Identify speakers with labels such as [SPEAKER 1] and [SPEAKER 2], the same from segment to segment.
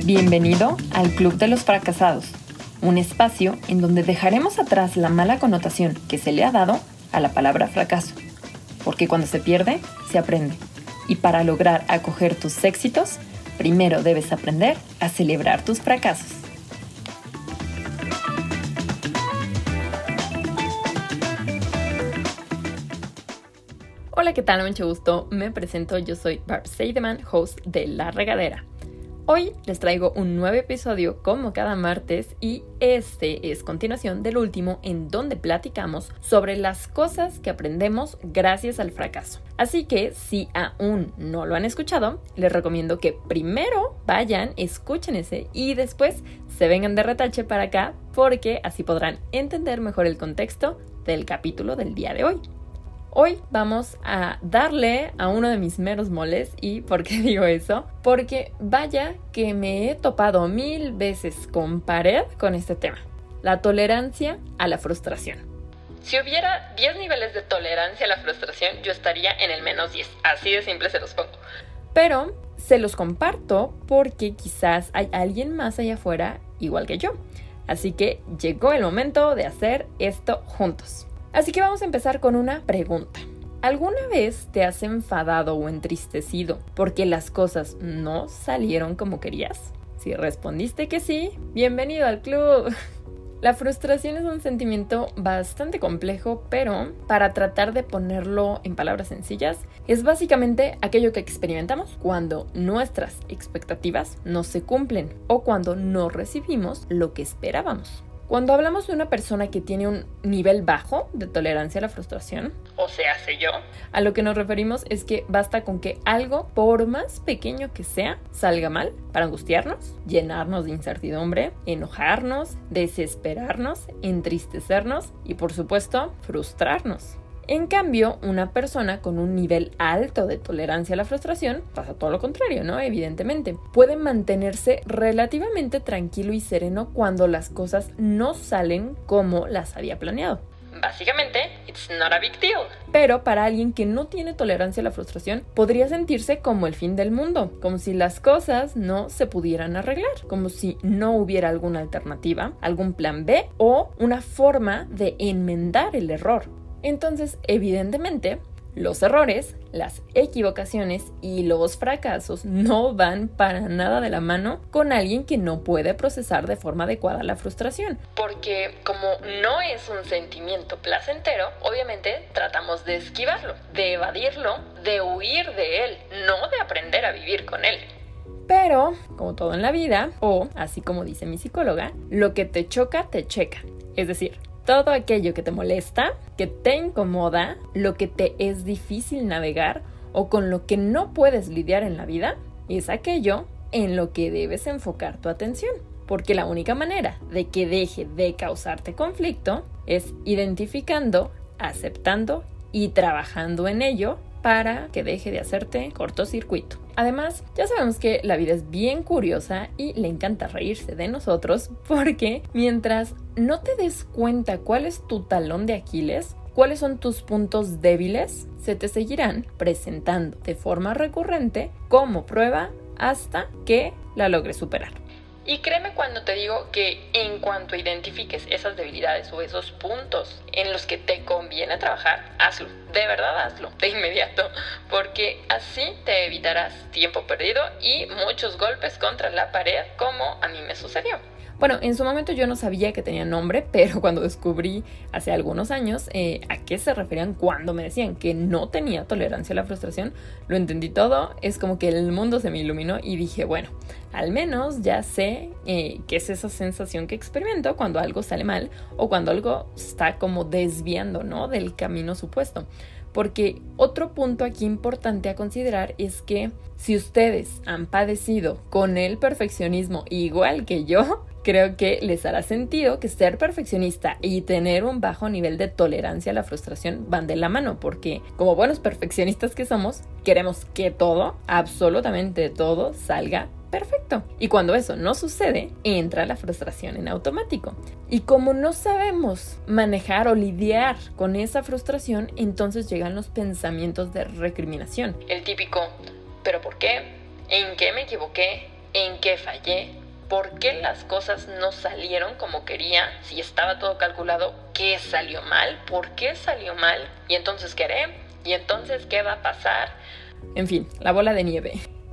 [SPEAKER 1] Bienvenido al Club de los Fracasados, un espacio en donde dejaremos atrás la mala connotación que se le ha dado a la palabra fracaso, porque cuando se pierde, se aprende. Y para lograr acoger tus éxitos, primero debes aprender a celebrar tus fracasos. Hola, ¿qué tal? Mucho gusto. Me presento, yo soy Barb Seideman, host de La Regadera. Hoy les traigo un nuevo episodio como cada martes y este es continuación del último en donde platicamos sobre las cosas que aprendemos gracias al fracaso. Así que si aún no lo han escuchado, les recomiendo que primero vayan, escuchen ese y después se vengan de retache para acá porque así podrán entender mejor el contexto del capítulo del día de hoy. Hoy vamos a darle a uno de mis meros moles. ¿Y por qué digo eso? Porque vaya que me he topado 1000 veces con pared con este tema. La tolerancia a la frustración. Si hubiera 10 niveles de tolerancia a la frustración, yo estaría en el menos 10. Así de simple se los pongo. Pero se los comparto porque quizás hay alguien más allá afuera igual que yo. Así que llegó el momento de hacer esto juntos. Así que vamos a empezar con una pregunta. ¿Alguna vez te has enfadado o entristecido porque las cosas no salieron como querías? Si respondiste que sí, bienvenido al club. La frustración es un sentimiento bastante complejo, pero para tratar de ponerlo en palabras sencillas, es básicamente aquello que experimentamos cuando nuestras expectativas no se cumplen o cuando no recibimos lo que esperábamos. Cuando hablamos de una persona que tiene un nivel bajo de tolerancia a la frustración, o sea, sé yo, a lo que nos referimos es que basta con que algo, por más pequeño que sea, salga mal para angustiarnos, llenarnos de incertidumbre, enojarnos, desesperarnos, entristecernos y, por supuesto, frustrarnos. En cambio, una persona con un nivel alto de tolerancia a la frustración pasa todo lo contrario, ¿no? Evidentemente. Puede mantenerse relativamente tranquilo y sereno cuando las cosas no salen como las había planeado. Básicamente, it's not a big deal. Pero para alguien que no tiene tolerancia a la frustración, podría sentirse como el fin del mundo, como si las cosas no se pudieran arreglar, como si no hubiera alguna alternativa, algún plan B o una forma de enmendar el error. Entonces, evidentemente, los errores, las equivocaciones y los fracasos no van para nada de la mano con alguien que no puede procesar de forma adecuada la frustración. Porque como no es un sentimiento placentero, obviamente tratamos de esquivarlo, de evadirlo, de huir de él, no de aprender a vivir con él. Pero, como todo en la vida, o así como dice mi psicóloga, lo que te choca, te checa. Es decir, todo aquello que te molesta, que te incomoda, lo que te es difícil navegar o con lo que no puedes lidiar en la vida, es aquello en lo que debes enfocar tu atención. Porque la única manera de que deje de causarte conflicto es identificando, aceptando y trabajando en ello para que deje de hacerte cortocircuito. Además, ya sabemos que la vida es bien curiosa y le encanta reírse de nosotros porque mientras no te des cuenta cuál es tu talón de Aquiles, cuáles son tus puntos débiles, se te seguirán presentando de forma recurrente como prueba hasta que la logres superar. Y créeme cuando te digo que en cuanto identifiques esas debilidades o esos puntos en los que te conviene trabajar, hazlo. De verdad hazlo, de inmediato, porque así te evitarás tiempo perdido y muchos golpes contra la pared como a mí me sucedió. Bueno, en su momento yo no sabía que tenía nombre, pero cuando descubrí hace algunos años a qué se referían cuando me decían que no tenía tolerancia a la frustración, lo entendí todo, es como que el mundo se me iluminó y dije, bueno, al menos ya sé qué es esa sensación que experimento cuando algo sale mal o cuando algo está como desviando, ¿no?, del camino supuesto. Porque otro punto aquí importante a considerar es que si ustedes han padecido con el perfeccionismo igual que yo, creo que les hará sentido que ser perfeccionista y tener un bajo nivel de tolerancia a la frustración van de la mano, porque como buenos perfeccionistas que somos, queremos que todo, absolutamente todo, salga perfecto. Y cuando eso no sucede, entra la frustración en automático. Y como no sabemos manejar o lidiar con esa frustración, entonces llegan los pensamientos de recriminación. El típico, ¿pero por qué? ¿En qué me equivoqué? ¿En qué fallé? por qué las cosas no salieron como quería, si estaba todo calculado, qué salió mal, por qué salió mal, y entonces qué haré, y entonces qué va a pasar. En fin, la bola de nieve.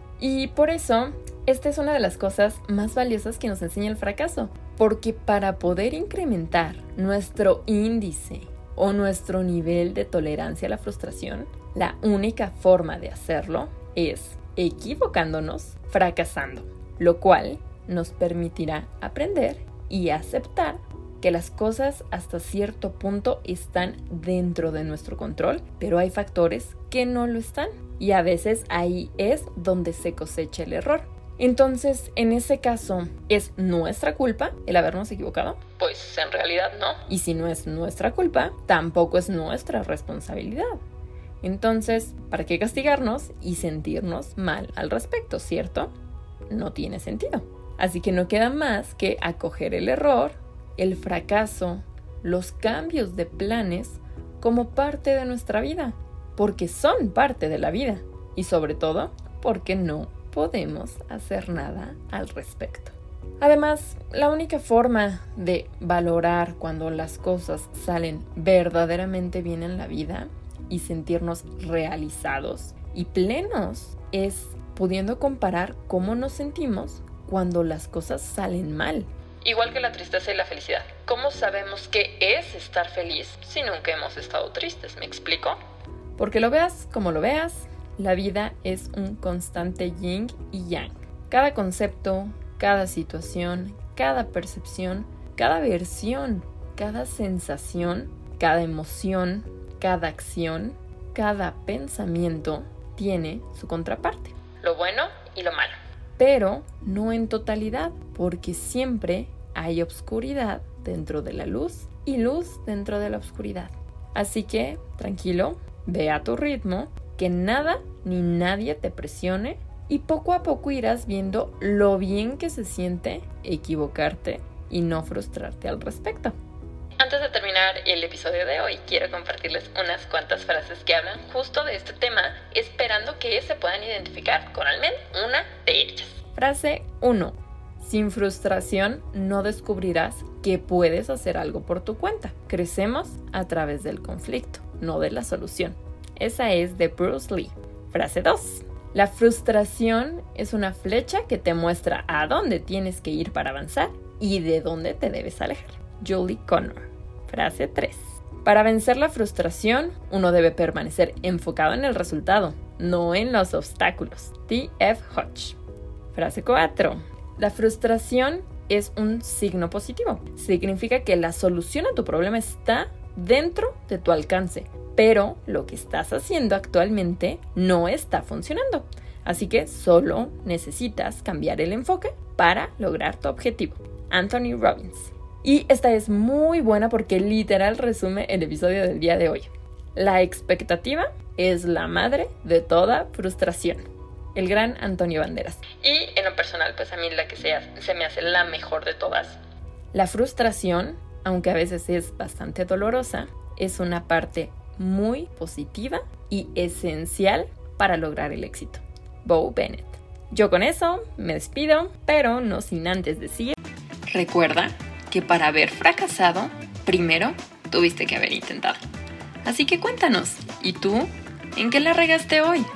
[SPEAKER 1] Y por eso, esta es una de las cosas más valiosas que nos enseña el fracaso, porque para poder incrementar nuestro índice o nuestro nivel de tolerancia a la frustración, la única forma de hacerlo es equivocándonos, fracasando, lo cual nos permitirá aprender y aceptar que las cosas hasta cierto punto están dentro de nuestro control, pero hay factores que no lo están, y a veces ahí es donde se cosecha el error. Entonces, en ese caso, ¿es nuestra culpa el habernos equivocado? Pues en realidad no. Y si no es nuestra culpa, tampoco es nuestra responsabilidad. Entonces, ¿para qué castigarnos y sentirnos mal al respecto, cierto? No tiene sentido. Así que no queda más que acoger el error, el fracaso, los cambios de planes como parte de nuestra vida, porque son parte de la vida y sobre todo porque no podemos hacer nada al respecto. Además, la única forma de valorar cuando las cosas salen verdaderamente bien en la vida y sentirnos realizados y plenos es pudiendo comparar cómo nos sentimos cuando las cosas salen mal. Igual que la tristeza y la felicidad. ¿Cómo sabemos qué es estar feliz si nunca hemos estado tristes? ¿Me explico? Porque lo veas como lo veas, la vida es un constante yin y yang. Cada concepto, cada situación, cada percepción, cada versión, cada sensación, cada emoción, cada acción, cada pensamiento tiene su contraparte. Lo bueno y lo malo. Pero no en totalidad, porque siempre hay oscuridad dentro de la luz y luz dentro de la oscuridad. Así que, tranquilo, ve a tu ritmo, que nada ni nadie te presione y poco a poco irás viendo lo bien que se siente equivocarte y no frustrarte al respecto. Antes de terminar el episodio de hoy, quiero compartirles unas cuantas frases que hablan justo de este tema, esperando que se puedan identificar con al menos una de ellas. Frase 1. Sin frustración no descubrirás que puedes hacer algo por tu cuenta. Crecemos a través del conflicto, no de la solución. Esa es de Bruce Lee. Frase 2. La frustración es una flecha que te muestra a dónde tienes que ir para avanzar y de dónde te debes alejar. Julie Connor. Frase 3. Para vencer la frustración, uno debe permanecer enfocado en el resultado, no en los obstáculos. T.F. Hodge. Frase 4. La frustración es un signo positivo. Significa que la solución a tu problema está dentro de tu alcance, pero lo que estás haciendo actualmente no está funcionando. Así que solo necesitas cambiar el enfoque para lograr tu objetivo. Anthony Robbins. Y esta es muy buena porque literal resume el episodio del día de hoy. La expectativa es la madre de toda frustración. El gran Antonio Banderas. Y en lo personal, pues a mí la que se me hace la mejor de todas. La frustración, aunque a veces es bastante dolorosa, es una parte muy positiva y esencial para lograr el éxito. Bo Bennett. Yo con eso me despido, pero no sin antes decir: recuerda que para haber fracasado, primero tuviste que haber intentado. Así que cuéntanos, ¿y tú en qué la regaste hoy?